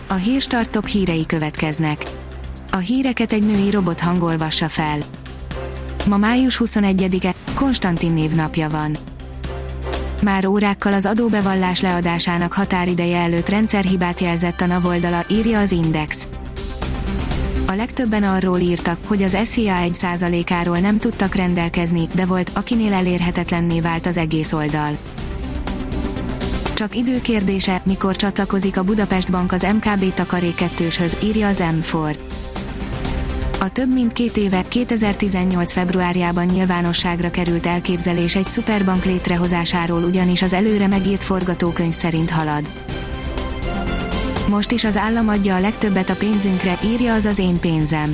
A Hírstart top hírei következnek. A híreket egy női robothang olvassa fel. Ma május 21-e, Konstantin névnapja van. Már órákkal az adóbevallás leadásának határideje előtt rendszerhibát jelzett a NAV oldala, írja az Index. A legtöbben arról írtak, hogy az SZIA 1%-áról nem tudtak rendelkezni, de volt, akinél elérhetetlenné vált az egész oldal. Csak idő kérdése, mikor csatlakozik a Budapest Bank az MKB takarék 2-höz, írja az M4. A több mint 2 éve, 2018. februárjában nyilvánosságra került elképzelés egy szuperbank létrehozásáról ugyanis az előre megírt forgatókönyv szerint halad. Most is az állam adja a legtöbbet a pénzünkre, írja az Én pénzem.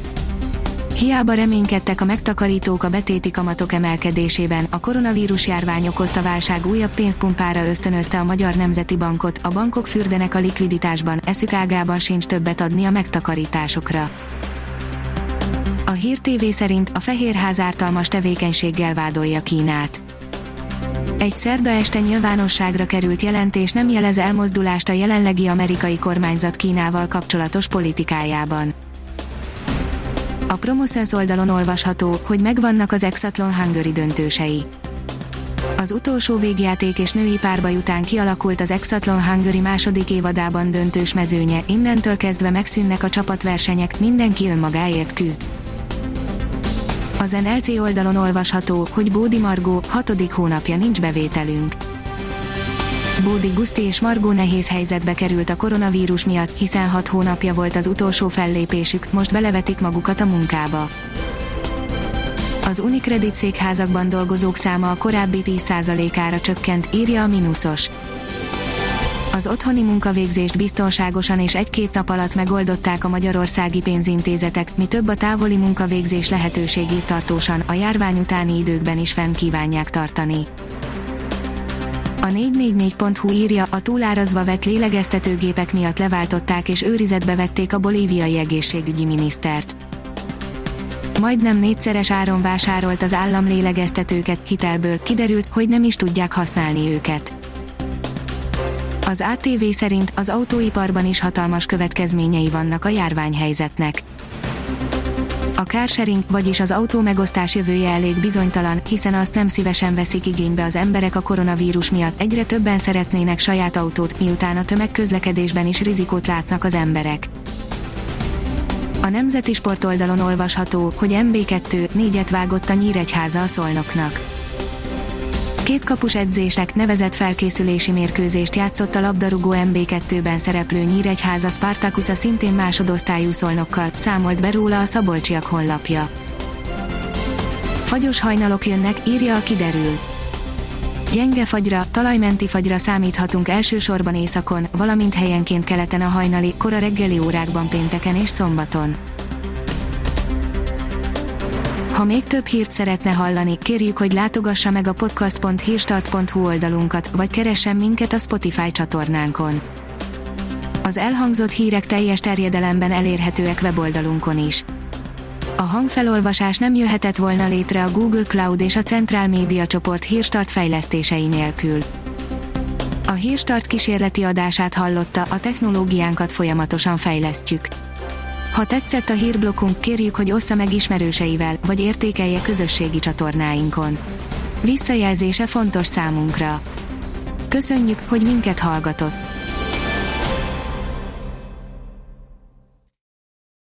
Hiába reménykedtek a megtakarítók a betéti kamatok emelkedésében, a koronavírus járvány okozta válság újabb pénzpumpára ösztönözte a Magyar Nemzeti Bankot, a bankok fürdenek a likviditásban, eszük ágában sincs többet adni a megtakarításokra. A Hír TV szerint a Fehérház ártalmas tevékenységgel vádolja Kínát. Egy szerda este nyilvánosságra került jelentés nem jelez elmozdulást a jelenlegi amerikai kormányzat Kínával kapcsolatos politikájában. A Promoszöns oldalon olvasható, hogy megvannak az Exatlon Hungary döntősei. Az utolsó végjáték és női párbaj után kialakult az Exatlon Hungary második évadában döntős mezőnye, innentől kezdve megszűnnek a csapatversenyek, mindenki önmagáért küzd. Az NLC oldalon olvasható, hogy Bódi Margó 6. hónapja nincs bevételünk. Bódi Guszti és Margó nehéz helyzetbe került a koronavírus miatt, hiszen 6 hónapja volt az utolsó fellépésük, most belevetik magukat a munkába. Az Unicredit székházakban dolgozók száma a korábbi 10%-ára csökkent, írja a Minusos. Az otthoni munkavégzést biztonságosan és 1-2 nap alatt megoldották a magyarországi pénzintézetek, mi több a távoli munkavégzés lehetőségét tartósan, a járvány utáni időkben is fenn kívánják tartani. A 444.hu írja, a túlárazva vett lélegeztetőgépek miatt leváltották és őrizetbe vették a bolíviai egészségügyi minisztert. Majdnem 4-szeres áron vásárolt az állam lélegeztetőket, hitelből, kiderült, hogy nem is tudják használni őket. Az ATV szerint az autóiparban is hatalmas következményei vannak a járványhelyzetnek. A carsharing, vagyis az autómegosztás jövője elég bizonytalan, hiszen azt nem szívesen veszik igénybe az emberek a koronavírus miatt, egyre többen szeretnének saját autót, miután a tömegközlekedésben is rizikót látnak az emberek. A Nemzeti Sport oldalon olvasható, hogy MB2 4-et vágott a Nyíregyháza a Szolnoknak. 2 kapus edzések, nevezett felkészülési mérkőzést játszott a labdarúgó MB2-ben szereplő Nyíregyháza Spartacus a szintén másodosztályú Szolnokkal, számolt be róla a Szabolcsiak honlapja. Fagyos hajnalok jönnek, írja a Kiderül. Gyenge fagyra, talajmenti fagyra számíthatunk elsősorban északon, valamint helyenként keleten a hajnali, kora reggeli órákban pénteken és szombaton. Ha még több hírt szeretne hallani, kérjük, hogy látogassa meg a podcast.hírstart.hu oldalunkat, vagy keressen minket a Spotify csatornánkon. Az elhangzott hírek teljes terjedelemben elérhetőek weboldalunkon is. A hangfelolvasás nem jöhetett volna létre a Google Cloud és a Centrál Média csoport Hírstart fejlesztései nélkül. A Hírstart kísérleti adását hallotta, a technológiánkat folyamatosan fejlesztjük. Ha tetszett a hírblokkunk, kérjük, hogy ossza meg ismerőseivel, vagy értékelje közösségi csatornáinkon. Visszajelzése fontos számunkra. Köszönjük, hogy minket hallgatott!